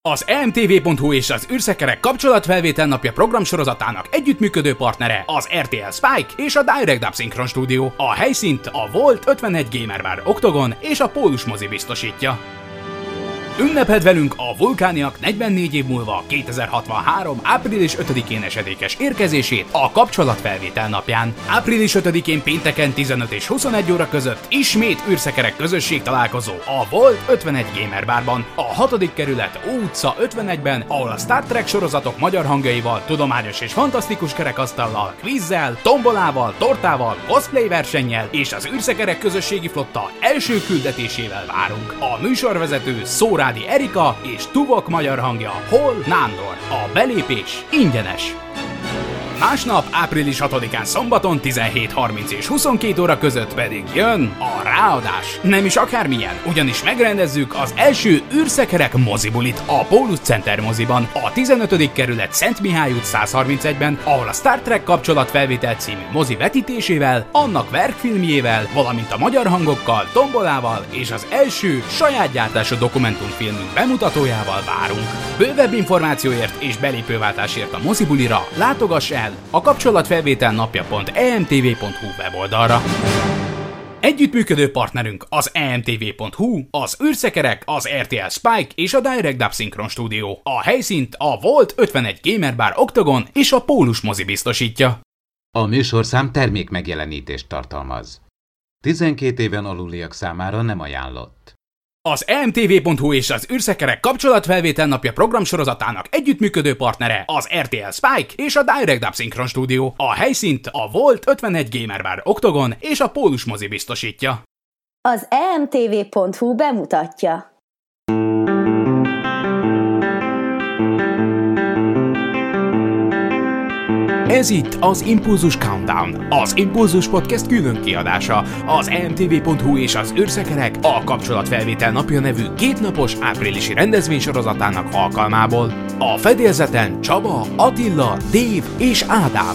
Az emtv.hu és az űrszekerek kapcsolatfelvétel napja programsorozatának együttműködő partnere az RTL Spike és a Direct Dub Synchron Studio. A helyszínt a Volt 51 Gamer Bar Oktogon és a Pólus mozi biztosítja. Ünnepeld velünk a vulkániak 44 év múlva 2063. április 5-én esedékes érkezését a kapcsolatfelvétel napján. Április 5-én pénteken 15 és 21 óra között ismét űrszekerek közösség találkozó a Volt 51 Gamer Barban, a 6. kerület Ó utca 51-ben, ahol a Star Trek sorozatok magyar hangjaival, tudományos és fantasztikus kerekasztallal, kvízzel, tombolával, tortával, cosplay versennyel és az űrszekerek közösségi flotta első küldetésével várunk. A műsorvezető Szórádi Erika és Tuvok magyar hangja Hol Nándor. A belépés ingyenes. Másnap, április 6-án szombaton 17:30 és 22 óra között pedig jön a ráadás. Nem is akármilyen, ugyanis megrendezzük az első űrszekerek mozibulit a Pólus Center moziban, a 15. kerület Szent Mihály út 131-ben, ahol a Star Trek kapcsolatfelvétel című mozi vetítésével, annak verkfilmjével, valamint a magyar hangokkal, tombolával és az első saját gyártású dokumentumfilmünk bemutatójával várunk. Bővebb információért és belépőváltásért a mozibulira látogass el a kapcsolatfelvétel napja.emtv.hu weboldalra. Együttműködő partnerünk az emtv.hu, az űrszekerek, az RTL Spike és a Direct Dub Synchron Studio. A helyszínt a Volt 51 Gamer Bar Oktogon és a Pólus mozi biztosítja. A műsorszám termékmegjelenítést tartalmaz. 12 éven aluliak számára nem ajánlott. Az emtv.hu és az űrszekerek kapcsolatfelvétel napja programsorozatának együttműködő partnere az RTL Spike és a Direct Dub Synchron Studio. A helyszínt a Volt 51 Gamer Bar Oktogon és a Pólus mozi biztosítja. Az emtv.hu bemutatja. Ez itt az Impulzus Countdown, az Impulzus Podcast külön kiadása, az emtv.hu és az űrszekerek a kapcsolatfelvétel napja nevű kétnapos áprilisi rendezvénysorozatának alkalmából. A fedélzeten Csaba, Attila, Dév és Ádám.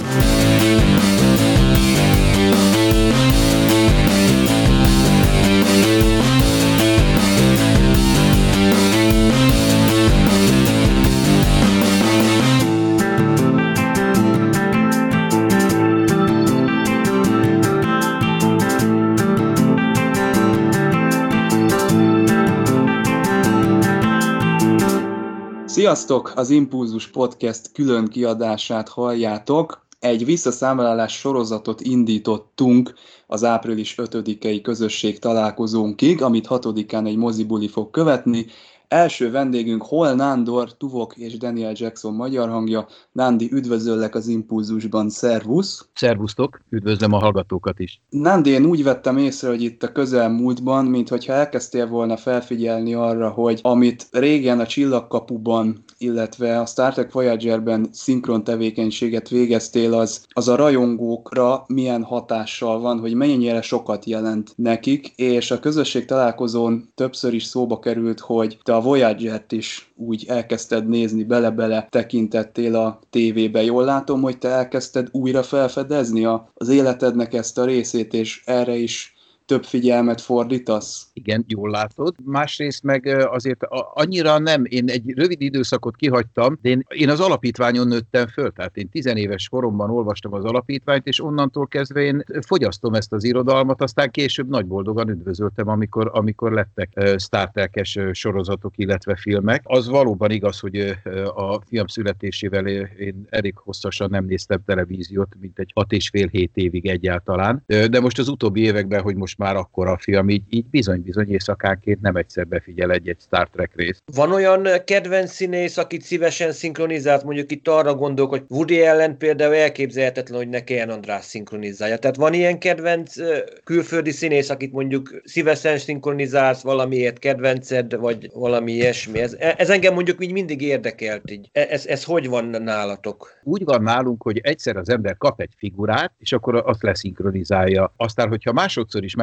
Sziasztok! Az Impulzus Podcast külön kiadását halljátok. Egy visszaszámlálás sorozatot indítottunk az április 5-i közösség találkozónkig, amit 6-án egy mozibuli fog követni. Első vendégünk Hol Nándor, Tuvok és Daniel Jackson magyar hangja. Nándi, üdvözöllek az Impulzusban, szervusz! Szervusztok, üdvözlöm a hallgatókat is! Nándi, én úgy vettem észre, hogy itt a közelmúltban, minthogyha elkezdtél volna felfigyelni arra, hogy amit régen a Csillagkapuban, illetve a Star Trek Voyagerben szinkron tevékenységet végeztél, az a rajongókra milyen hatással van, hogy mennyire sokat jelent nekik, és a közösség találkozón többször is szóba került, hogy te a Voyagert is úgy elkezdted nézni, bele-bele tekintettél a tévébe. Jól látom, hogy te elkezdted újra felfedezni az életednek ezt a részét, és erre is több figyelmet fordítasz? Igen, jól látod. Másrészt meg azért annyira nem, én egy rövid időszakot kihagytam, de én az alapítványon nőttem föl, tehát én 10 éves koromban olvastam az alapítványt, és onnantól kezdve én fogyasztom ezt az irodalmat, aztán később nagy boldogan üdvözöltem, amikor lettek Star Trek-es sorozatok, illetve filmek. Az valóban igaz, hogy a fiam születésével én elég hosszasan nem néztem televíziót, mint egy 6,5-7 évig egyáltalán, de most az utóbbi években, hogy most már akkor a film így bizony éjszakánként nem egyszer befigyel egy Star Trek részt. Van olyan kedvenc színész, akit szívesen szinkronizált, mondjuk itt arra gondolok, hogy Woody Allen például elképzelhetetlen, hogy ne Kén András szinkronizálja. Tehát van ilyen kedvenc külföldi színész, akit mondjuk szívesen szinkronizálsz, valamiért kedvenced, vagy valami ilyesmi. Ez engem mondjuk így mindig érdekelt. Így. Ez hogy van nálatok? Úgy van nálunk, hogy egyszer az ember kap egy figurát, és akkor azt leszinkronizálja. Aztán, hogyha másodszor is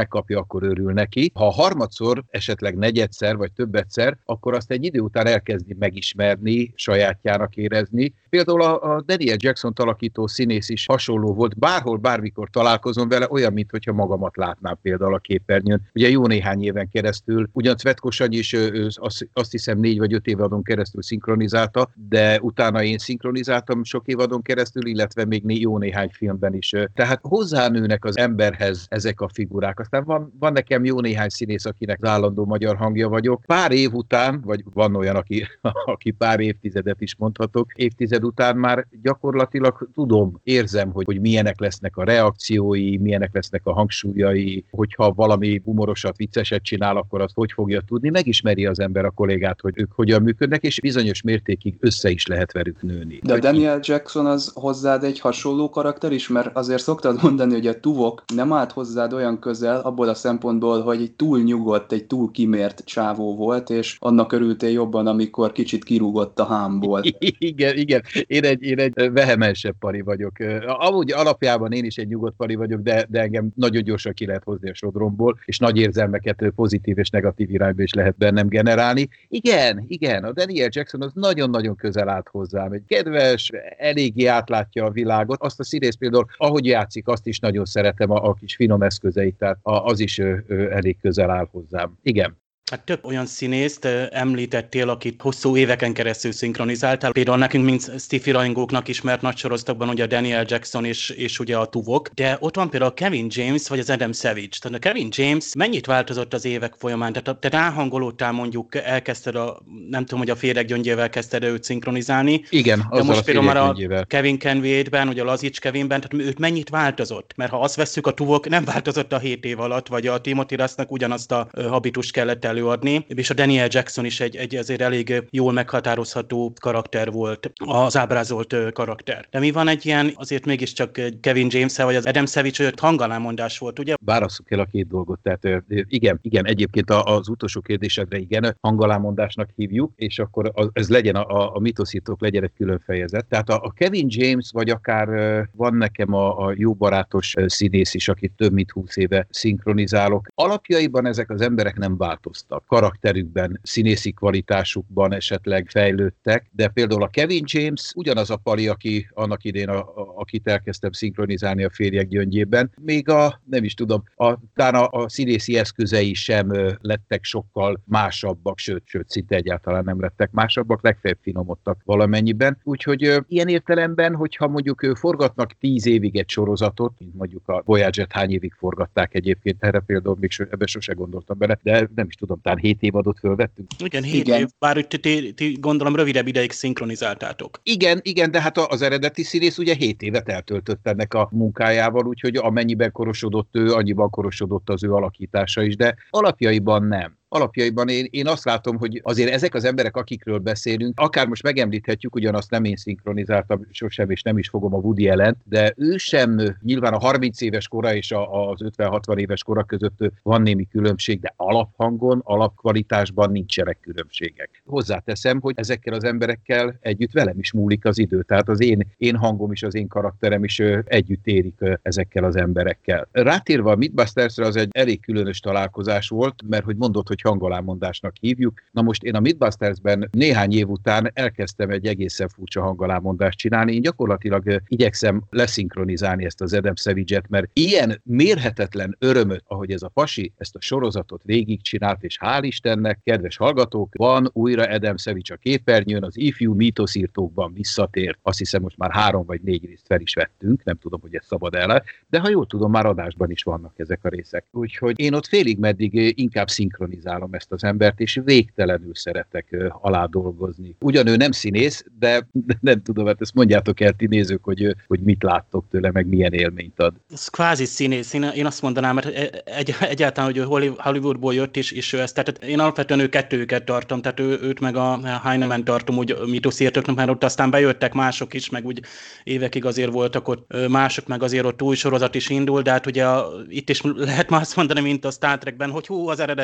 megkapja, akkor örül neki. Ha harmadszor, esetleg negyedszer, vagy többetszer, akkor azt egy idő után elkezdi megismerni, sajátjának érezni. Például a Daniel Jackson alakító színész is hasonló volt. Bárhol, bármikor találkozom vele, olyan, mintha magamat látnám például a képernyőn. Ugye jó néhány éven keresztül, ugyan Cvetko Sanyi is azt hiszem 4 vagy 5 évadon keresztül szinkronizálta, de utána én szinkronizáltam sok évadon keresztül, illetve még jó néhány filmben is. Tehát hozzánőnek az emberhez ezek a figurák. Aztán van nekem jó néhány színész, akinek az állandó magyar hangja vagyok. Pár év után, vagy van olyan, aki pár évtizedet is mondhatok, évtized után már gyakorlatilag tudom, érzem, hogy milyenek lesznek a reakciói, milyenek lesznek a hangsúlyai, hogyha valami humorosat, vicceset csinál, akkor azt hogy fogja tudni. Megismeri az ember a kollégát, hogy ők hogyan működnek, és bizonyos mértékig össze is lehet velük nőni. De Daniel Jackson az hozzád egy hasonló karakter is, mert azért szoktad mondani, hogy a Tuvok nem állt hozzád olyan közel abból a szempontból, hogy egy túl nyugodt, egy túl kimért csávó volt, és annak örültél jobban, amikor kicsit kirúgott a hámból. Igen. Én egy vehemensebb pari vagyok. Amúgy alapjában én is egy nyugodt pari vagyok, de engem nagyon gyorsan ki lehet hozni a sodromból, és nagy érzelmeket pozitív és negatív irányba is lehet bennem generálni. Igen, a Daniel Jackson az nagyon-nagyon közel állt hozzám. Egy kedves, eléggé átlátja a világot. Azt a színész például, ahogy játszik, azt is nagyon szeretem, a kis finom eszközeit, tehát az is elég közel áll hozzám. Igen. Hát több olyan színészt említettél, akit hosszú éveken keresztül szinkronizáltál. Például nekünk, mint sci-fi rajongóknak ismert nagy sorozatokban ugye a Daniel Jackson és ugye a Tuvok, de ott van például a Kevin James vagy az Adam Savage. Tehát a Kevin James mennyit változott az évek folyamán? Tehát te ráhangolódtál, mondjuk elkezdted nem tudom, hogy a Féreg Gyöngyével kezdted őt szinkronizálni. Igen, de most például már a Kevin Kenwade-ben, ugye a Lazics Kevinben, tehát őt mennyit változott? Mert ha azt vesszük, a Tuvok nem változott a 7 év alatt, vagy a Timothy Russnak ugyanazt a habitust kellett előadni, és a Daniel Jackson is egy azért elég jól meghatározható karakter volt, az ábrázolt karakter. De mi van egy ilyen, azért mégiscsak Kevin James-el, vagy az Adam Savage, hogy hangalámondás volt, ugye? Válasszuk el a két dolgot, tehát igen, egyébként az utolsó kérdésedre igen, hangalámondásnak hívjuk, és akkor ez legyen, a mitoszítók legyen egy külön fejezet. Tehát a Kevin James, vagy akár van nekem a jó barátos színész is, akit több mint 20 éve szinkronizálok. Alapjaiban ezek az emberek nem változtak. Karakterükben, színészi kvalitásukban esetleg fejlődtek, de például a Kevin James ugyanaz a pali, aki annak idén, akit elkezdtem szinkronizálni a Férjek Gyöngyében, még nem is tudom, talán a színészi eszközei sem lettek sokkal másabbak, sőt, szinte egyáltalán nem lettek másabbak, legfeljebb finomodtak valamennyiben. Úgyhogy ilyen értelemben, hogyha mondjuk forgatnak 10 évig egy sorozatot, mint mondjuk a Voyager-t hány évig forgatták egyébként, erre például még ebbe sose gondoltam bele, de nem is tudom, talán 7 évadot fölvettünk. Igen, 7 év, bár ti gondolom rövidebb ideig szinkronizáltátok. Igen, de hát az eredeti színész ugye 7 évet eltöltött ennek a munkájával, úgyhogy amennyiben korosodott ő, annyiban korosodott az ő alakítása is, de alapjaiban nem. Alapjaiban én azt látom, hogy azért ezek az emberek, akikről beszélünk, akár most megemlíthetjük, ugyanazt nem én szinkronizáltam sosem, és nem is fogom a Woody Allent, de ő sem, nyilván a 30 éves kora és az 50-60 éves kora között van némi különbség, de alaphangon, alapkvalitásban nincsenek különbségek. Hozzáteszem, hogy ezekkel az emberekkel együtt velem is múlik az idő, tehát az én hangom is, az én karakterem is együtt érik ezekkel az emberekkel. Rátérve a Mythbustersre, az egy elég különös találkozás volt, mert hogy mondod, hogy hangalámondásnak hívjuk. Na most én a Mythbustersben néhány év után elkezdtem egy egészen furcsa hangalámondást csinálni. Én gyakorlatilag igyekszem leszinkronizálni ezt az Adam Savage-et, mert ilyen mérhetetlen örömöt, ahogy ez a pasi ezt a sorozatot végigcsinált, és hál' Istennek, kedves hallgatók, van újra Adam Savage a képernyőn, az ifjú mítosírtókban visszatért. Azt hiszem, most már 3 vagy 4 részt fel is vettünk, nem tudom, hogy ez szabad el, de ha jól tudom, már adásban is vannak ezek a részek. Úgyhogy én ott félig meddig inkább szinkronizálom ezt az embert, és végtelenül szeretek alá dolgozni. Ugyan ő nem színész, de nem tudom, hát ezt mondjátok el ti nézők, hogy mit láttok tőle, meg milyen élményt ad. Ez kvázi színész, én azt mondanám, mert egyáltalán, hogy Hollywoodból jött, és ő ezt, tehát én alapvetően kettőjüket tartom, tehát őt meg a Heinemann tartom úgy mitoszírtóknak, mert ott aztán bejöttek mások is, meg úgy évekig azért voltak ott mások, meg azért ott új sorozat is indul, de hát ugye itt is lehet már azt mondani, mint a Star Trekben, hogy az eredeti sorozat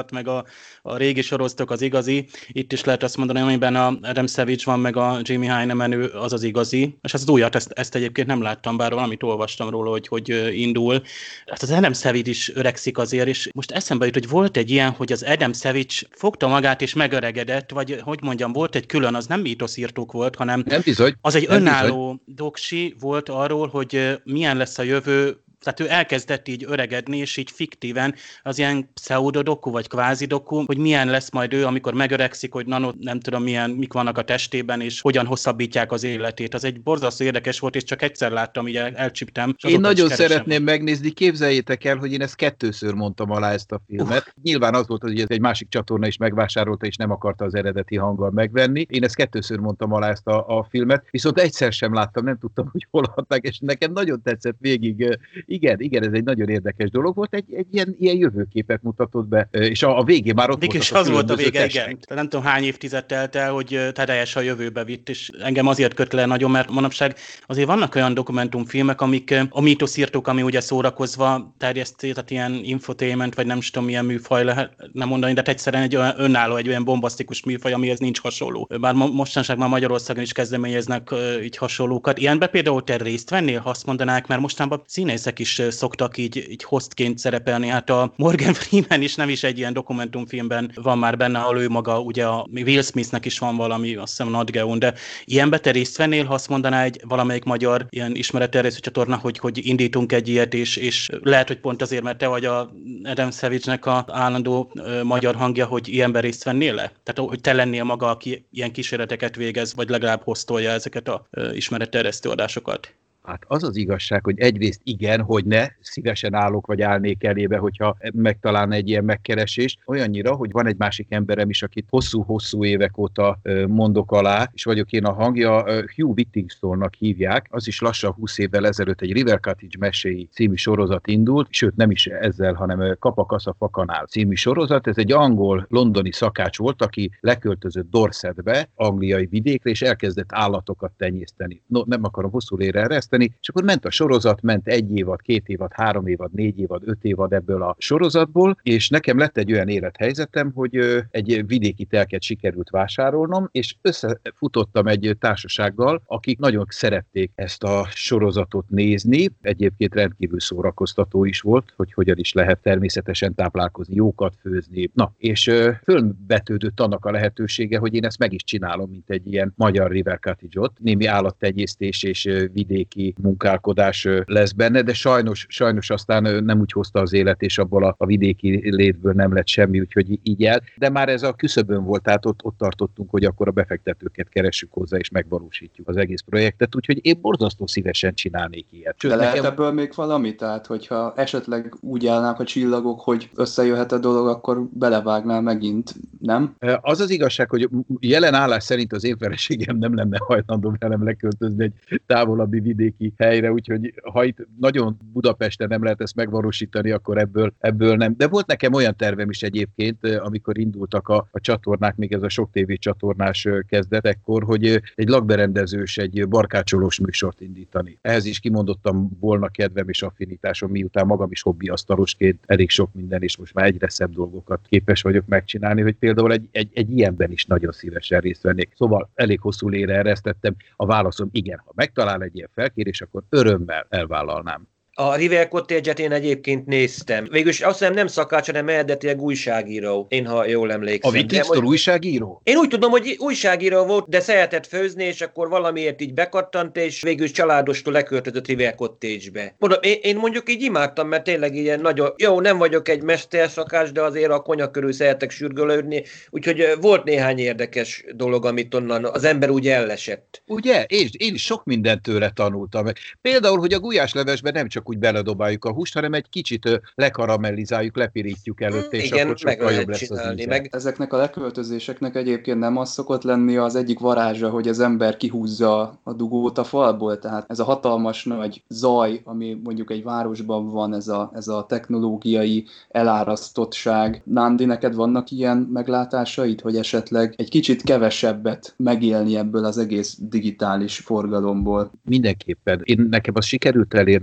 sorozat, meg a régi sorozatok az igazi. Itt is lehet azt mondani, amiben a Adam Savage van, meg a Jamie Hyneman, ő az igazi. És az újat, ezt egyébként nem láttam, bár valamit olvastam róla, hogy indul. Hát az Adam Savage is öregszik azért, és most eszembe jut, hogy volt egy ilyen, hogy az Adam Savage fogta magát és megöregedett, vagy hogy mondjam, volt egy külön, az nem mítoszírtók volt, hanem nem bizony, az egy nem önálló bizony. doksi volt arról, hogy milyen lesz a jövő. Tehát ő elkezdett így öregedni, és így fiktíven az ilyen pseudodoku, vagy kvázidoku, hogy milyen lesz majd ő, amikor megöregszik, hogy nem tudom mik vannak a testében, és hogyan hosszabbítják az életét. Az egy borzasztó érdekes volt, és csak egyszer láttam, így elcsíptem. Én nagyon szeretném megnézni, képzeljétek el, hogy én ezt 2-ször mondtam alá ezt a filmet. Nyilván az volt, hogy ez egy másik csatorna is megvásárolta, és nem akarta az eredeti hanggal megvenni. Én ezt 2-ször mondtam alá ezt a filmet, viszont egyszer sem láttam, nem tudtam, hogy hol adták, és nekem nagyon tetszett végig. Igen, ez egy nagyon érdekes dolog volt, egy ilyen jövőképet mutatott be, és a végén már ott volt és az volt a vége, igen. Nem tudom, hány évtized telt el, hogy teljes a jövőbe vitt, és engem azért köt le nagyon, mert manapság azért vannak olyan dokumentumfilmek, amik a mítoszírtók, ami ugye szórakozva terjeszti, tehát ilyen infotainment, vagy nem is tudom, milyen műfaj lehetne mondani, de egyszerűen egy olyan önálló, egy olyan bombasztikus műfaj, amihez nincs hasonló. Bár mostanság már Magyarországon is kezdeményeznek így hasonlókat. Ilyenbe például te részt vennél, ha azt mondanák, mert mostanában színészek is szoktak így hostként szerepelni. Hát a Morgan Freeman is nem is egy ilyen dokumentumfilmben van már benne, ahol ő maga, ugye Will Smithnek is van valami, azt hiszem Nat Geo, de ilyenbe te részt vennél, ha azt mondaná valamelyik magyar ilyen ismeretterjesztő csatorna, hogy indítunk egy ilyet, és lehet, hogy pont azért, mert te vagy a Adam Savage-nek az állandó magyar hangja, hogy ilyenben részt vennél le? Tehát, hogy te lennél maga, aki ilyen kísérleteket végez, vagy legalább hoztolja ezeket a ismeretterjesztő adásokat? Hát az az igazság, hogy egyrészt igen, hogy ne, szívesen állok, vagy állnék elébe, hogyha megtalálna egy ilyen megkeresést. Olyannyira, hogy van egy másik emberem is, akit hosszú-hosszú évek óta mondok alá, és vagyok én a hangja, Hugh Whittingtonnak hívják, az is lassan 20 évvel ezelőtt egy River Cottage meséi című sorozat indult, sőt nem is ezzel, hanem Kapakasza Fakanál című sorozat. Ez egy angol-londoni szakács volt, aki leköltözött Dorsetbe, angliai vidékre, és elkezdett állatokat tenyészteni. No, nem akarom hosszú lére és akkor ment a sorozat, ment 1 évad, 2 évad, 3 évad, 4 évad, 5 évad ebből a sorozatból, és nekem lett egy olyan élethelyzetem, hogy egy vidéki telket sikerült vásárolnom, és összefutottam egy társasággal, akik nagyon szerették ezt a sorozatot nézni, egyébként rendkívül szórakoztató is volt, hogy hogyan is lehet természetesen táplálkozni, jókat főzni. Na, és fölbetődött annak a lehetősége, hogy én ezt meg is csinálom, mint egy ilyen magyar River Cottage-ot, némi állattenyésztés és vidéki munkálkodás lesz benne, de sajnos aztán nem úgy hozta az élet, és abból a vidéki létből nem lett semmi, úgyhogy így el. De már ez a küszöbön volt, tehát ott tartottunk, hogy akkor a befektetőket keressük hozzá, és megvalósítjuk az egész projektet, úgyhogy én borzasztó szívesen csinálnék ilyet. De lehet ebből még valami? Tehát, hogyha esetleg úgy állnák a csillagok, hogy összejöhet a dolog, akkor belevágnál megint, nem? Az az igazság, hogy jelen állás szerint az én feleségem nem lenne hajlandó velem leköltözni egy távolabbi vidéki helyre, úgyhogy ha itt nagyon Budapesten nem lehet ezt megvalósítani, akkor ebből nem. De volt nekem olyan tervem is egyébként, amikor indultak a csatornák, még ez a sok tévé csatornás kezdetekkor, hogy egy lakberendezős, egy barkácsolós műsort indítani. Ehhez is kimondottam volna kedvem és affinitásom, miután magam is hobbiasztalosként elég sok minden, és most már egyre szebb dolgokat képes vagyok megcsinálni, hogy például egy ilyenben is nagyon szívesen részt vennék. Szóval elég hosszú lére eresztettem. A válaszom igen, ha megtalál egy ilyen felkérés, akkor örömmel elvállalnám. A River Cottage-et én egyébként néztem. Végülis azt hiszem nem szakács, hanem eredetileg újságíró. Én, ha jól emlékszem. A Whittington újságíró? Én úgy tudom, hogy újságíró volt, de szeretett főzni, és akkor valamiért így bekattant, és végülis családostól leköltözött River Cottage-be. Mondom, én mondjuk így imádtam, mert tényleg ilyen nagyon... Jó, nem vagyok egy mesterszakács, de azért a konyak körül szeretek sürgölődni, úgyhogy volt néhány érdekes dolog, amit onnan az ember úgy ellesett. Ugye? Én is sok mindent tőle tanultam. Például, hogy a gulyáslevesben nem csak úgy beledobáljuk a húst, hanem egy kicsit lekaramellizáljuk, lepirítjuk előtte, és igen, akkor sokkal jobb lesz az íze. Ezeknek a leköltözéseknek egyébként nem az szokott lenni az egyik varázsa, hogy az ember kihúzza a dugót a falból, tehát ez a hatalmas nagy zaj, ami mondjuk egy városban van, ez a technológiai elárasztottság. Nándi, neked vannak ilyen meglátásaid, hogy esetleg egy kicsit kevesebbet megélni ebből az egész digitális forgalomból? Mindenképpen. Nekem az sikerült elérnem egy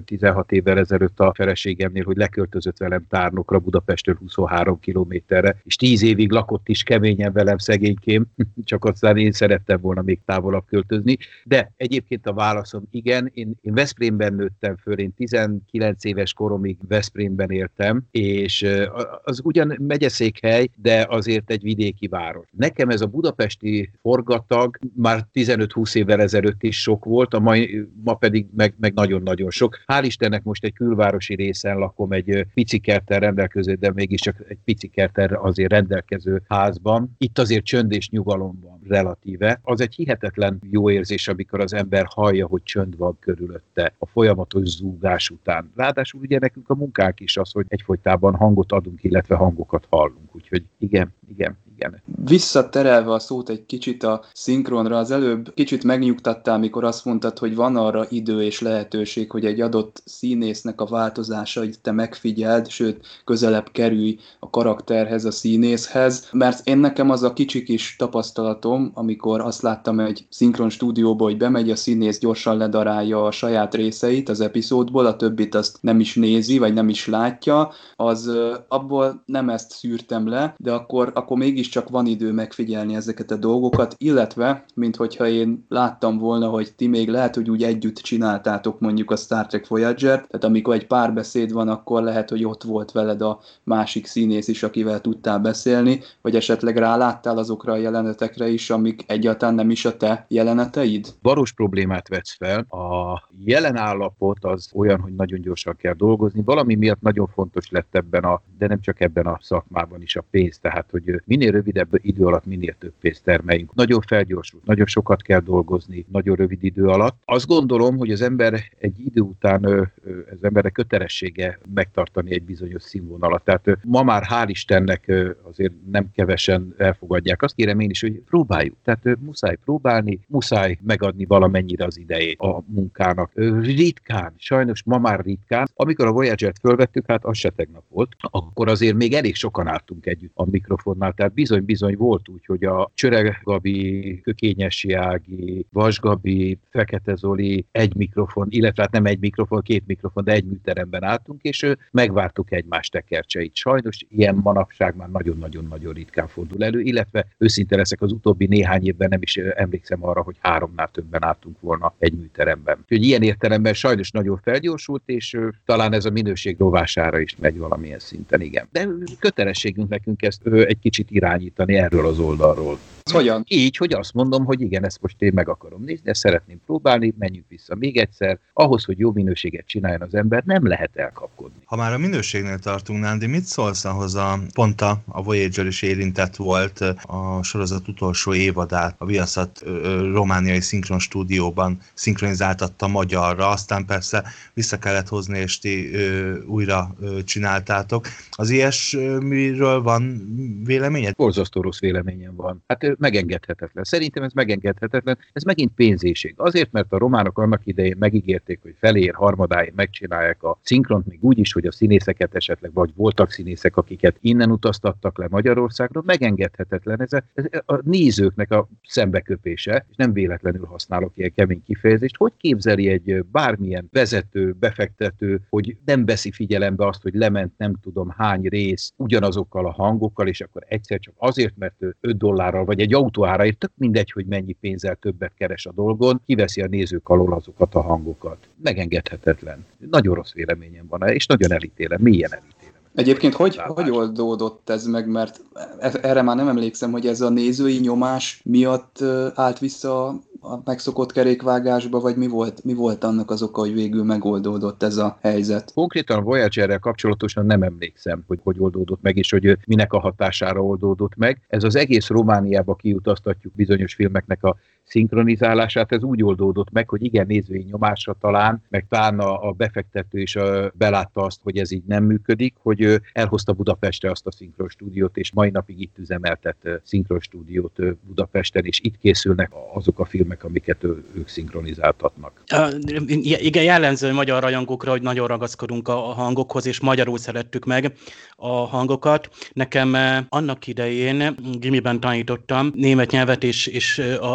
16 évvel ezelőtt a feleségemnél, hogy leköltözött velem Tárnokra, Budapestről 23 kilométerre, és 10 évig lakott is keményen velem szegénykém, csak aztán én szerettem volna még távolabb költözni. De egyébként a válaszom igen, én Veszprémben nőttem föl, én 19 éves koromig Veszprémben éltem, és az ugyan megyeszékhely, de azért egy vidéki város. Nekem ez a budapesti forgatag már 15-20 évvel ezelőtt is sok volt, ma pedig meg nagyon-nagyon sok. Hál' Istennek most egy külvárosi részen lakom, egy pici kerttel rendelkező, de mégiscsak egy pici kerttel azért rendelkező házban. Itt azért csönd és nyugalom van relatíve. Az egy hihetetlen jó érzés, amikor az ember hallja, hogy csönd van körülötte a folyamatos zúgás után. Ráadásul ugye nekünk a munkánk is az, hogy egyfolytában hangot adunk, illetve hangokat hallunk. Úgyhogy igen. Visszaterelve a szót egy kicsit a szinkronra, az előbb kicsit megnyugtattál, amikor azt mondtad, hogy van arra idő és lehetőség, hogy egy adott színésznek a változásait te megfigyeld, sőt, közelebb kerülj a karakterhez, a színészhez, mert nekem az a kicsi kis tapasztalatom, amikor azt láttam egy szinkron stúdióba, hogy bemegy a színész, gyorsan ledarálja a saját részeit az epizódból, a többit azt nem is nézi, vagy nem is látja, az abból nem ezt szűrtem le, de akkor mégiscsak van idő megfigyelni ezeket a dolgokat, illetve, minthogyha én láttam volna, hogy ti még lehet, hogy úgy együtt csináltátok mondjuk a Star Trek Voyager-t, tehát amikor egy párbeszéd van, akkor lehet, hogy ott volt veled a másik színész is, akivel tudtál beszélni, vagy esetleg ráláttál azokra a jelenetekre is, amik egyáltalán nem is a te jeleneteid? Valós problémát vetsz fel. A jelen állapot az olyan, hogy nagyon gyorsan kell dolgozni. Valami miatt nagyon fontos lett de nem csak ebben a szakmában is a pénz, tehát hogy minél rövidebb idő alatt minél több pénzt termeljünk. Nagyon felgyorsult, nagyon sokat kell dolgozni nagyon rövid idő alatt. Azt gondolom, hogy az ember egy idő után az emberek kötelessége megtartani egy bizonyos színvonalat. Tehát ma már hál' Istennek azért nem kevesen elfogadják. Azt kérem én is, hogy próbáljuk. Tehát muszáj próbálni, muszáj megadni valamennyire az idejét a munkának. Ritkán, sajnos ma már ritkán. Amikor a Voyager-t fölvettük, hát az se tegnap volt, akkor azért még elég sokan álltunk együtt a mikrofonnál. Tehát bizony volt úgy, hogy a Csöreg Gabi, Kökényesi Ági, Vas Gabi, Fekete Zoli egy mikrofon, illetve hát nem egy mikrofon, 2 mikrofon, de egy műteremben álltunk, és megvártuk egymás tekercseit. Sajnos ilyen manapság már nagyon-nagyon-nagyon ritkán fordul elő, illetve őszinte leszek, az utóbbi néhány évben nem is emlékszem arra, hogy 3-nál többen álltunk volna egy műteremben. Úgyhogy ilyen értelemben sajnos nagyon felgyorsult, és talán ez a minőség rovására is megy valamilyen szinten, igen. De kötelességünk nekünk ezt egy kicsit irányítani erről az oldalról. Hogyan? Így, hogy azt mondom, hogy igen, ezt most én meg akarom nézni, ezt szeretném próbálni, menjünk vissza még egyszer. Ahhoz, hogy jó minőséget csináljon az ember, nem lehet elkapkodni. Ha már a minőségnél tartunk, Nándi, mit szólsz ahhoz pont a Voyager is érintett volt a sorozat utolsó évadát, a Viaszat romániai szinkron stúdióban szinkronizáltatta magyarra, aztán persze vissza kellett hozni, és ti újra csináltátok. Az ilyesmiről van véleményed? Borzasztó rossz véleményem van. Hát megengedhetetlen. Szerintem ez megengedhetetlen. Ez megint pénzéség. Azért, mert a románok annak idején megígérték, hogy felér, harmadáig megcsinálják a szinkront, még úgy is, hogy a színészeket esetleg, vagy voltak színészek, akiket innen utaztattak le Magyarországra, megengedhetetlen. Ez a nézőknek a szembeköpése, és nem véletlenül használok ilyen kemény kifejezést. Hogy képzeli egy bármilyen vezető, befektető, hogy nem veszi figyelembe azt, hogy lement nem tudom hány rész ugyanazokkal a hangokkal, és akkor egyszer csak azért, mert $5 vagy egy autóáraért, tök mindegy, hogy mennyi pénzzel többet keres a dolgon, kiveszi a nézők alól azokat a hangokat. Megengedhetetlen. Nagyon rossz véleményem van, és nagyon elítélem, mélyen elítélem. Egyébként hogy oldódott ez meg, mert erre már nem emlékszem, hogy ez a nézői nyomás miatt állt vissza a megszokott kerékvágásba, vagy mi volt annak az oka, hogy végül megoldódott ez a helyzet? Konkrétan a Voyager-rel kapcsolatosan nem emlékszem, hogy oldódott meg, és hogy minek a hatására oldódott meg. Ez az egész Romániába kiutaztatjuk bizonyos filmeknek a szinkronizálását, ez úgy oldódott meg, hogy igen, nézői nyomásra talán, meg talán a befektető is belátta azt, hogy ez így nem működik, hogy elhozta Budapestre azt a szinkronstúdiót, és mai napig itt üzemeltet szinkronstúdiót Budapesten, és itt készülnek azok a filmek, amiket ők szinkronizáltatnak. Igen, jellemző magyar rajongókra, hogy nagyon ragaszkodunk a hangokhoz, és magyarul szerettük meg a hangokat. Nekem annak idején gimiben tanítottam német nyelvet, és a angolos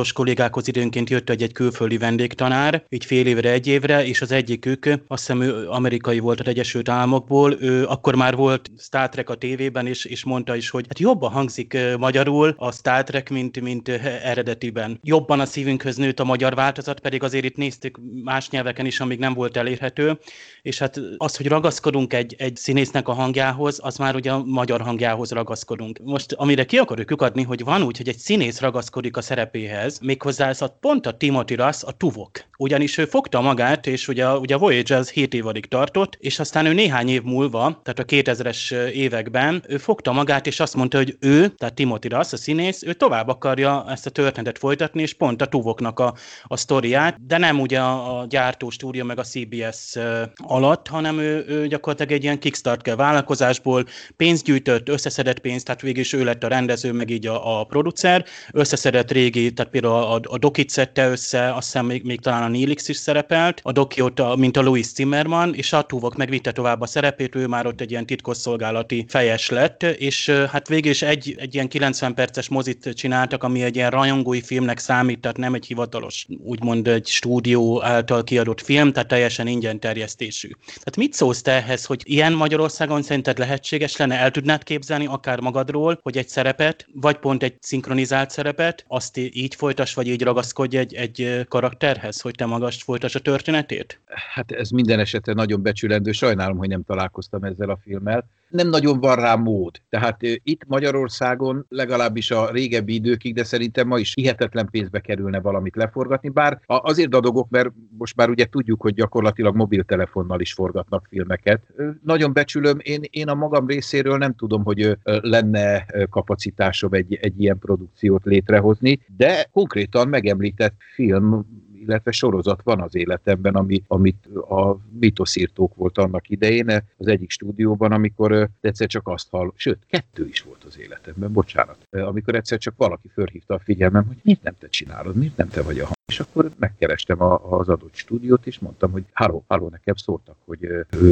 angololos kollégákhoz időnként jött egy külföldi vendégtanár, így fél évre, egy évre, és az egyikük, azt hiszem ő amerikai volt az Egyesült Államokból, ő akkor már volt Star Trek a tévében, és mondta is, hogy hát jobban hangzik magyarul a Star Trek, mint eredetiben. Jobban a szívünkhöz nőtt a magyar változat, pedig azért itt néztük más nyelveken is, amíg nem volt elérhető, és hát az, hogy ragaszkodunk egy színésznek a hangjához, az már ugye a magyar hangjához ragaszkodunk. Most amire ki akarjuk lyukadni, hogy van úgy, hogy egy színész ragaszkodik a szerepéhez, méghozzá ez pont a Timothy Russ, a Tuvok. Ugyanis ő fogta magát, és ugye a Voyager 7 évadig tartott, és aztán ő néhány év múlva, tehát a 2000-es években, ő fogta magát, és azt mondta, hogy ő, tehát Timothy Russ, a színész, ő tovább akarja ezt a történetet folytatni, és pont a Tuvoknak a sztoriát, de nem ugye a gyártó stúdió meg a CBS alatt, hanem ő gyakorlatilag egy ilyen Kickstarter vállalkozásból pénzt gyűjtött, összeszedett pénzt, tehát végül is ő lett a rendező, meg így a producer, összeszedett régi, tehát például a Dokit szedte össze, azt hiszem még talán a Neelix is szerepelt, a Doki ott, mint a Louis Zimmerman, és a Tuvok megvitte tovább a szerepét, ő már ott egy ilyen titkosszolgálati fejes lett, és hát végül is egy ilyen 90 perces mozit csináltak, ami egy ilyen rajongói filmnek számít, tehát nem egy hivatalos, úgymond egy stúdió által kiadott film, tehát teljesen ingyen terjesztésű. Tehát mit szólsz te ehhez, hogy ilyen Magyarországon szerinted lehetséges lenne, el tudnád képzelni akár magadról, hogy egy szerepet, vagy pont egy szinkronizált szerepet, azt így folytass, vagy így ragaszkodj egy karakterhez, hogy te magad folytass a történetét? Hát ez minden esetre nagyon becsülendő, sajnálom, hogy nem találkoztam ezzel a filmmel. Nem nagyon van rá mód. Tehát itt Magyarországon legalábbis a régebbi időkig, de szerintem ma is hihetetlen pénzbe kerülne valamit leforgatni, bár azért dadogok, mert most már ugye tudjuk, hogy gyakorlatilag mobiltelefonnal is forgatnak filmeket. Nagyon becsülöm, én a magam részéről nem tudom, hogy lenne kapacitásom egy ilyen produkciót létrehozni, de konkrétan megemlített film, illetve sorozat van az életemben, amit a mitoszírtók volt annak idején az egyik stúdióban, amikor egyszer csak azt sőt, 2 is volt az életemben, bocsánat, amikor egyszer csak valaki fölhívta a figyelmem, hogy miért nem te csinálod, miért nem te vagy a hang. És akkor megkerestem az adott stúdiót, és mondtam, hogy halló, nekem szóltak, hogy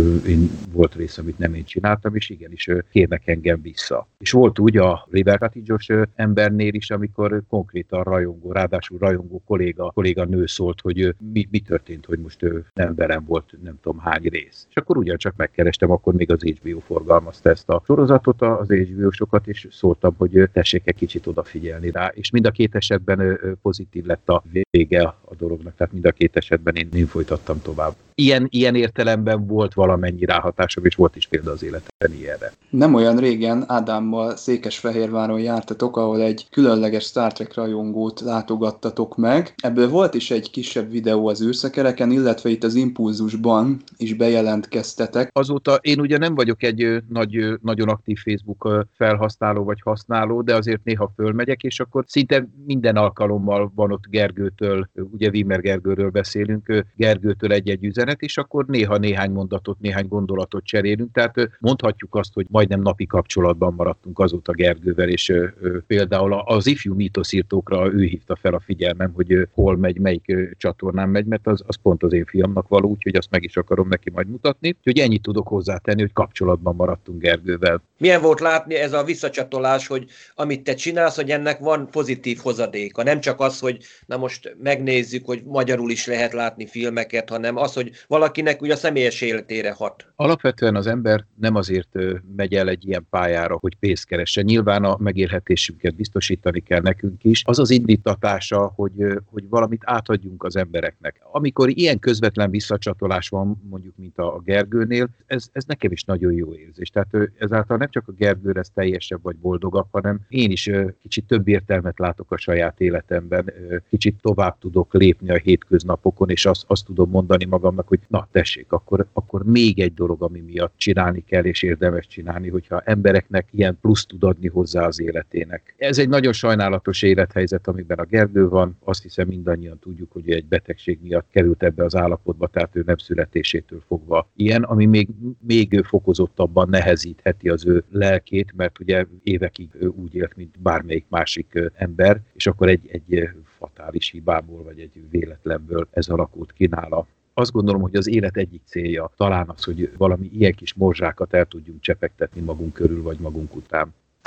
én volt rész, amit nem én csináltam, és igenis kérnek engem vissza. És volt úgy a Libertatigyos embernél is, amikor konkrétan ráadásul rajongó kolléga nő szólt, hogy mi történt, hogy most nem velem volt nem tudom hány rész. És akkor ugyancsak megkerestem, akkor még az HBO forgalmazta ezt a sorozatot, az HBO-sokat, és szóltam, hogy tessék egy kicsit odafigyelni rá. És mind a 2 esetben pozitív lett a vége a dolognak, tehát mind a 2 esetben én folytattam tovább. Ilyen értelemben volt valamennyi ráhatásom, és volt is példa az életemben ilyenre. Nem olyan régen Ádámmal Székesfehérváron jártatok, ahol egy különleges Star Trek rajongót látogattatok meg. Ebből volt is egy kisebb videó az űrszekereken, illetve itt az Impulzusban is bejelentkeztetek. Azóta én ugye nem vagyok egy nagyon aktív Facebook felhasználó vagy használó, de azért néha fölmegyek, és akkor szinte minden alkalommal van ott Gergőtől, ugye Wimmer Gergőről beszélünk, Gergőtől egy-egy üzenet, és akkor néha néhány mondatot, néhány gondolatot cserélünk, tehát mondhatjuk azt, hogy majdnem napi kapcsolatban maradtunk azóta Gergővel, és például az ifjú mítoszírtókra ő hívta fel a figyelmem, hogy hol megy, melyik csatornán megy, mert az pont az én fiamnak való, úgyhogy azt meg is akarom neki majd mutatni. Úgyhogy ennyit tudok hozzátenni, hogy kapcsolatban maradtunk Gergővel. Milyen volt látni ez a visszacsatolás, hogy amit te csinálsz, hogy ennek van pozitív hozadéka. Nem csak az, hogy na most megnézzük, hogy magyarul is lehet látni filmeket, hanem az, hogy valakinek ugye a személyes életére hat. Alapvetően az ember nem azért megy el egy ilyen pályára, hogy pénzt keressen. Nyilván a megélhetésünket biztosítani kell nekünk is. Az az indítatása, hogy valamit átadjunk az embereknek. Amikor ilyen közvetlen visszacsatolás van, mondjuk, mint a Gergőnél, ez nekem is nagyon jó érzés. Tehát ezáltal nem csak a Gergő lesz teljesebb vagy boldogabb, hanem én is kicsit több értelmet látok a saját életemben, kicsit tovább tudok lépni a hétköznapokon, és azt tudom mondani magamnak, hogy na tessék, akkor még egy dolog, ami miatt csinálni kell, és érdemes csinálni, hogyha embereknek ilyen plusz tud adni hozzá az életének. Ez egy nagyon sajnálatos élethelyzet, amiben a Gergő van. Azt hiszem mindannyian tudjuk, hogy egy betegség miatt került ebbe az állapotba, tehát ő nem születésétől fogva ilyen, ami még fokozottabban nehezítheti az ő lelkét, mert ugye évekig úgy élt, mint bármelyik másik ember, és akkor egy fatális hibából, vagy egy véletlenből ez alakult ki nála. Azt gondolom, hogy az élet egyik célja talán az, hogy valami ilyen kis morzsákat el tudjunk csepegtetni magunk körül, vagy magunk után.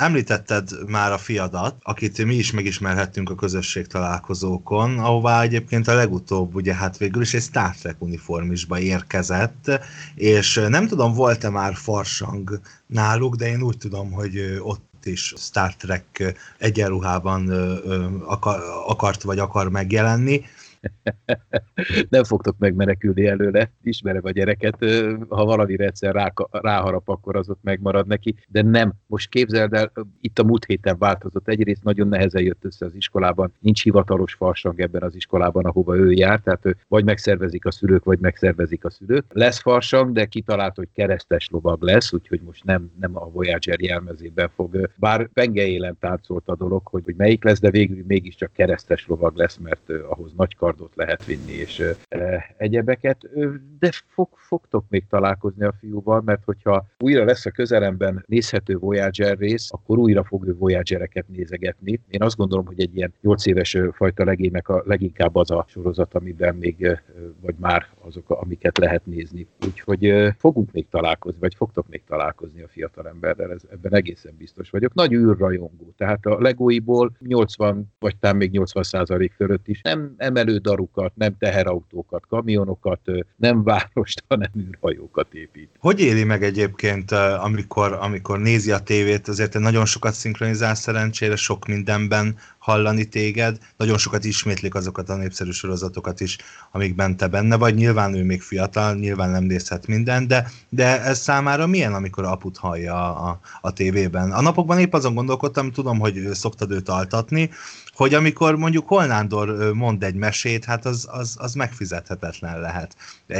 Említetted már a fiadat, akit mi is megismerhettünk a közösség találkozókon, ahová egyébként a legutóbb, ugye hát végül is egy Star Trek uniformisba érkezett, és nem tudom, volt-e már farsang náluk, de én úgy tudom, hogy ott is Star Trek egyenruhában akart vagy akar megjelenni. Nem fogtok megmenekülni előle, ismerem a gyereket, ha valamire egyszer ráharap, akkor az ott megmarad neki, de nem. Most képzeld el, itt a múlt héten változott, egyrészt nagyon nehezen jött össze az iskolában, nincs hivatalos farsang ebben az iskolában, ahova ő jár, tehát vagy megszervezik a szülők, vagy megszervezik a szülők. Lesz farsang, de kitalált, hogy keresztes lovag lesz, úgyhogy most nem a Voyager jelmezében fog, bár penge élen táncolt a dolog, hogy melyik lesz, de végül mégiscsak keresztes lovag lesz, mert ahhoz nagy kardot lehet vinni, és egyebeket, de fogtok még találkozni a fiúval, mert hogyha újra lesz a közelemben nézhető Voyager rész, akkor újra fog ő Voyagereket nézegetni. Én azt gondolom, hogy egy ilyen 8 éves fajta legénynek leginkább az a sorozat, amiben még, vagy már azok, amiket lehet nézni. Úgyhogy fogunk még találkozni, vagy fogtok még találkozni a fiatalemberrel, ebben egészen biztos vagyok. Nagy űrrajongó, tehát a Legóiból 80, vagy talán még 80% fölött is nem emelő darukat, nem teherautókat, kamionokat, nem várost, hanem űrhajókat épít. Hogy éli meg egyébként, amikor nézi a tévét, azért nagyon sokat szinkronizál szerencsére, sok mindenben hallani téged, nagyon sokat ismétlik azokat a népszerű sorozatokat is, amikben te benne vagy. Nyilván ő még fiatal, nyilván nem nézhet minden, de ez számára milyen, amikor aput hallja a tévében? A napokban épp azon gondolkodtam, tudom, hogy szoktad őt altatni, hogy amikor mondjuk Holnándor mond egy mesét, hát az megfizethetetlen lehet.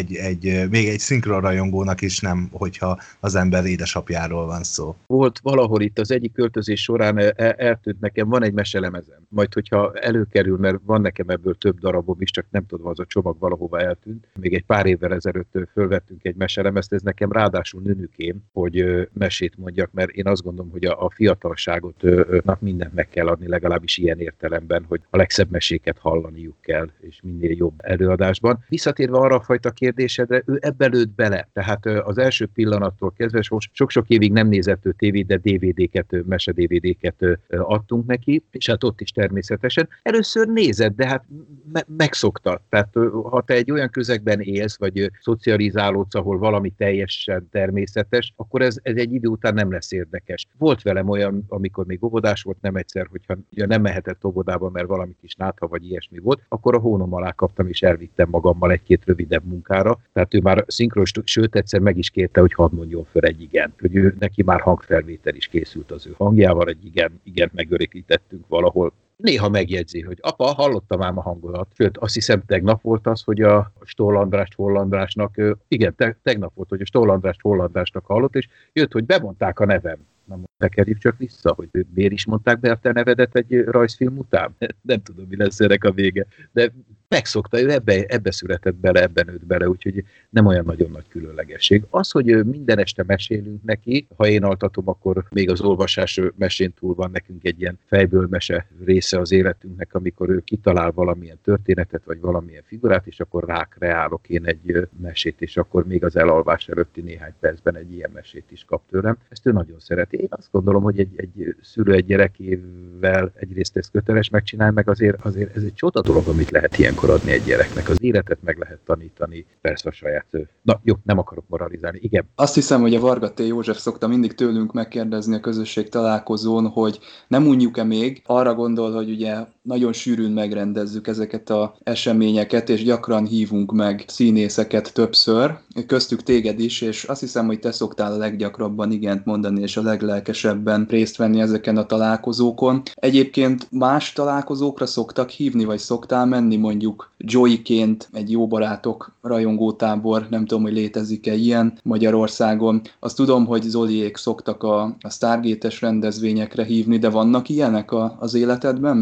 Még egy szinkronrajongónak is nem, hogyha az ember édesapjáról van szó. Volt valahol itt az egyik költözés során eltűnt nekem, van egy meselemezem. Majd hogyha előkerül, mert van nekem ebből több darabom is, csak nem tudom, az a csomag valahova eltűnt. Még egy pár évvel ezelőtt fölvettünk egy meselemezt, ez nekem ráadásul nőnükém, hogy mesét mondjak, mert én azt gondolom, hogy a fiatalságotnak mindent meg kell adni, legalábbis ilyen értelemben, hogy a legszebb meséket hallaniuk kell, és minél jobb előadásban. Visszatérve arra a fajta kérdésedre, ő ebben lőtt bele. Tehát az első pillanattól kezdve, sok-sok évig nem nézett ő tévét, de DVD-ket, mese-DVD-ket adtunk neki, és hát ott is természetesen. Először nézett, de hát megszokta. Tehát ha te egy olyan közegben élsz, vagy szocializálódsz, ahol valami teljesen természetes, akkor ez egy idő után nem lesz érdekes. Volt velem olyan, amikor még óvodás volt, nem egyszer, hogyha nem mehetett óvodába, mert valami kis nátha vagy ilyesmi volt, akkor a hónom alá kaptam, és elvittem magammal egy-két rövidebb munkára. Tehát ő már szinkros, sőt egyszer meg is kérte, hogy hadd mondjon föl egy igent, hogy neki már hangfelvétel is készült az ő hangjával, egy igent megörökítettünk valahol. Néha megjegyzi, hogy apa, hallottam ám a hangodat. Sőt, azt hiszem tegnap volt az, hogy a Stoll Andrást Hollandrásnak, igen, tegnap volt, hogy a Stoll Andrást Hollandrásnak hallott, és jött, hogy bemondták a nevem. Na, tekerjük csak vissza, hogy miért is mondták be a te nevedet egy rajzfilm után? Nem tudom, mi lesz ennek a vége. De megszokta, ő ebbe született bele, ebben nőtt bele, úgyhogy nem olyan nagyon nagy különlegesség. Az, hogy minden este mesélünk neki, ha én altatom, akkor még az olvasás mesén túl van nekünk egy ilyen fejből mese része az életünknek, amikor ő kitalál valamilyen történetet, vagy valamilyen figurát, és akkor rákreálok én egy mesét, és akkor még az elalvás előtti néhány percben egy ilyen mesét is kap tőlem. Ezt ő nagyon szereti. Én azt gondolom, hogy egy szülő egy gyerekével egyrészt ezt köteles megcsinálni, meg azért ez egy csoda dolog, amit lehet ilyenkor adni egy gyereknek. Az életet meg lehet tanítani, persze a saját. Na jó, nem akarok moralizálni. Igen. Azt hiszem, hogy a Varga T. József szokta mindig tőlünk megkérdezni a közösség találkozón, hogy nem unjuk-e még, arra gondol, hogy ugye nagyon sűrűn megrendezzük ezeket az eseményeket, és gyakran hívunk meg színészeket többször, köztük téged is, és azt hiszem, hogy te szoktál a leggyakrabban igent mondani, és a leglelkesebben részt venni ezeken a találkozókon. Egyébként más találkozókra szoktak hívni, vagy szoktál menni, mondjuk Joey-ként egy jó barátok rajongótábor, nem tudom, hogy létezik-e ilyen Magyarországon. Azt tudom, hogy Zoliék szoktak a Stargate-es rendezvényekre hívni, de vannak ilyenek az életedben még?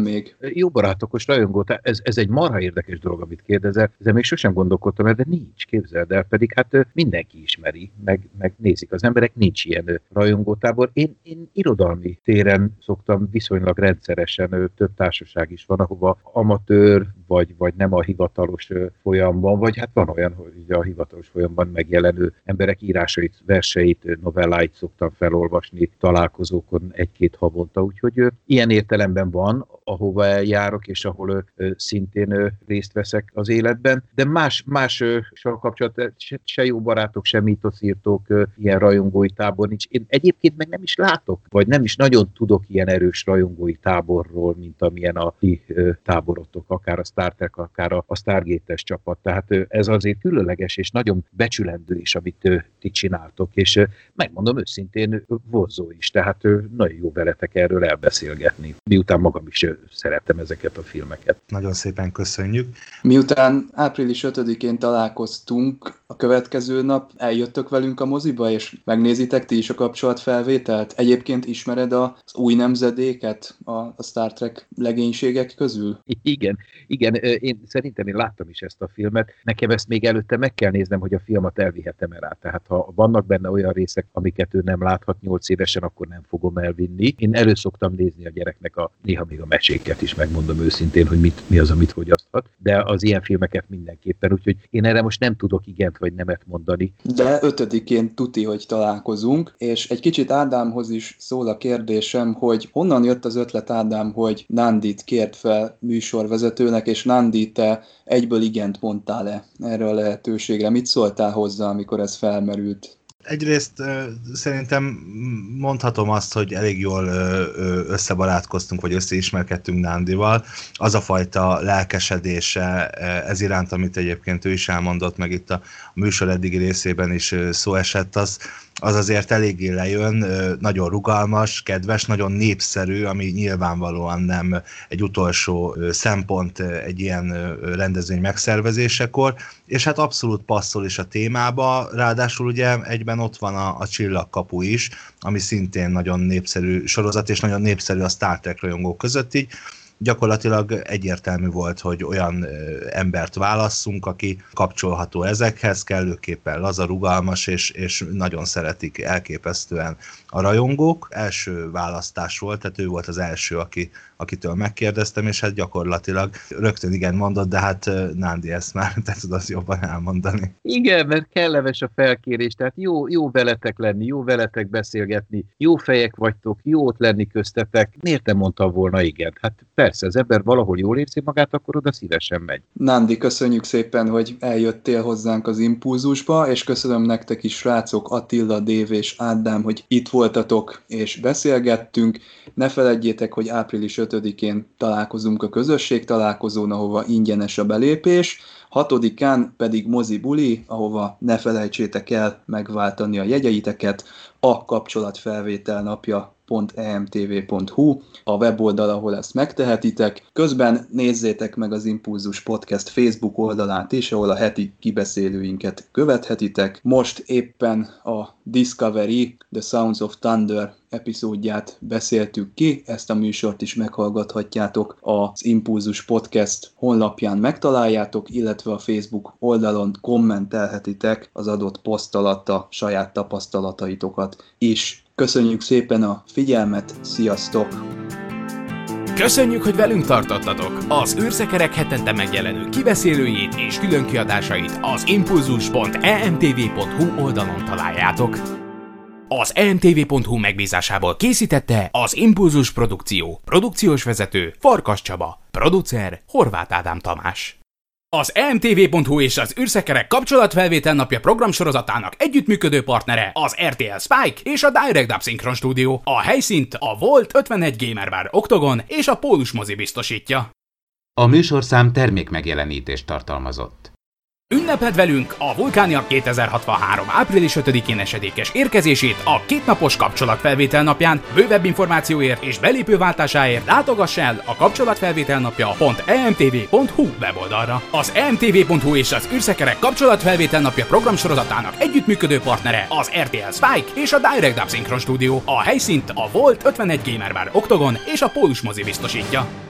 jó barátokos rajongó, ez egy marha érdekes dolog, amit kérdezel, ezzel még sosem gondolkodtam el, de nincs, képzeld el, pedig hát mindenki ismeri, meg nézik az emberek, nincs ilyen rajongótábor. Én irodalmi téren szoktam viszonylag rendszeresen, több társaság is van, ahova amatőr, vagy nem a hivatalos folyamban, vagy hát van olyan, hogy a hivatalos folyamban megjelenő emberek írásait, verseit, novelláit szoktam felolvasni találkozókon egy-két havonta, úgyhogy ilyen értelemben van, ahova eljárok, és ahol szintén részt veszek az életben, de mással kapcsolatban se jó barátok, se mítoszírtók, ilyen rajongói tábor nincs. Én egyébként meg nem is látok, vagy nem is nagyon tudok ilyen erős rajongói táborról, mint amilyen a ti táborotok, akár a Star Trek, akár a Stargate-es csapat. Tehát ez azért különleges, és nagyon becsülendő is, amit ti csináltok, és megmondom őszintén, vonzó is, tehát nagyon jó veletek erről elbeszélgetni, miután magam is szerettem ezeket a filmeket. Nagyon szépen köszönjük. Miután április 5-én találkoztunk, a következő nap eljöttök velünk a moziba, és megnézitek ti is a kapcsolatfelvételt? Egyébként ismered az új nemzedéket a Star Trek legénységek közül? Igen, én szerintem láttam is ezt a filmet. Nekem ezt még előtte meg kell néznem, hogy a filmet elvihetem rá. Tehát ha vannak benne olyan részek, amiket ő nem láthat 8 évesen, akkor nem fogom elvinni. Én elő szoktam nézni a gyereknek néha még a meséket is, megmondom őszintén, hogy mi az, amit fogyaszthat. De az ilyen filmeket mindenképpen, úgyhogy én erre most nem tudok igent vagy nemet mondani. De 5-én tuti, hogy találkozunk, és egy kicsit Ádámhoz is szól a kérdésem, hogy honnan jött az ötlet, Ádám, hogy Nandit kért fel műsorvezetőnek, és Nandi, te egyből igent mondtál-e erre a lehetőségre? Mit szóltál hozzá, amikor ez felmerült? Egyrészt szerintem mondhatom azt, hogy elég jól összebarátkoztunk, vagy összeismerkedtünk Nandival. Az a fajta lelkesedése ez iránt, amit egyébként ő is elmondott, meg itt a műsor eddigi részében is szó esett, az azért eléggé lejön, nagyon rugalmas, kedves, nagyon népszerű, ami nyilvánvalóan nem egy utolsó szempont egy ilyen rendezvény megszervezésekor, és hát abszolút passzol is a témába, ráadásul ugye egyben ott van a Csillagkapu is, ami szintén nagyon népszerű sorozat, és nagyon népszerű a Star Trek rajongók között így. Gyakorlatilag egyértelmű volt, hogy olyan embert válasszunk, aki kapcsolható ezekhez, kellőképpen laza, rugalmas, és nagyon szeretik elképesztően a rajongók. Első választás volt, tehát ő volt az első, akitől megkérdeztem, és hát gyakorlatilag rögtön igen mondott, de hát Nándi, ezt már te tudod jobban elmondani. Igen, mert kellemes a felkérés, tehát jó veletek lenni, jó veletek beszélgetni, jó fejek vagytok, jó ott lenni köztetek. Miért nem mondtam volna igen? Hát persze, az ember valahol jól érzi magát, akkor oda szívesen megy. Nándi, köszönjük szépen, hogy eljöttél hozzánk az Impulzusba, és köszönöm nektek is, srácok, Attila, Dév és Ádám, hogy itt voltatok és beszélgettünk. Ne feledjétek, hogy április 5-én találkozunk a közösség találkozón, ahova ingyenes a belépés, 6-án pedig mozi buli, ahova ne felejtsétek el megváltani a jegyeiteket, a kapcsolatfelvétel napja.emtv.hu, a weboldal, ahol ezt megtehetitek. Közben nézzétek meg az Impulzus Podcast Facebook oldalát is, ahol a heti kibeszélőinket követhetitek. Most éppen a Discovery, The Sounds of Thunder epizódját beszéltük ki, ezt a műsort is meghallgathatjátok az Impulzus Podcast honlapján megtaláljátok, illetve a Facebook oldalon kommentelhetitek az adott poszt alatt a saját tapasztalataitokat is. Köszönjük szépen a figyelmet, sziasztok! Köszönjük, hogy velünk tartottatok! Az űrszekerek hetente megjelenő kibeszélőjét és különkiadásait az impulzus.emtv.hu oldalon találjátok. Az emtv.hu megbízásából készítette az Impulzus Produkció. Produkciós vezető Farkas Csaba. Producer Horváth Ádám Tamás. Az emtv.hu és az űrszekerek kapcsolatfelvétel napja programsorozatának együttműködő partnere az RTL Spike és a Direct Dub Synchron Studio. A helyszínt a Volt 51 Gamer Bar Octagon és a Pólus mozi biztosítja. A műsorszám termékmegjelenítést tartalmazott. Ünnepeld velünk a Vulkánia 2063 április 5-én esedékes érkezését a 2 napos kapcsolatfelvétel napján. Bővebb információért és belépőváltásáért látogass el a kapcsolatfelvételnapja.emtv.hu weboldalra. Az emtv.hu és az űrszekerek kapcsolatfelvétel napja programsorozatának együttműködő partnere az RTL Spike és a Direct Dub Synchron Studio. A helyszínt a Volt 51 Gamer Bar Octagon és a Pólus mozi biztosítja.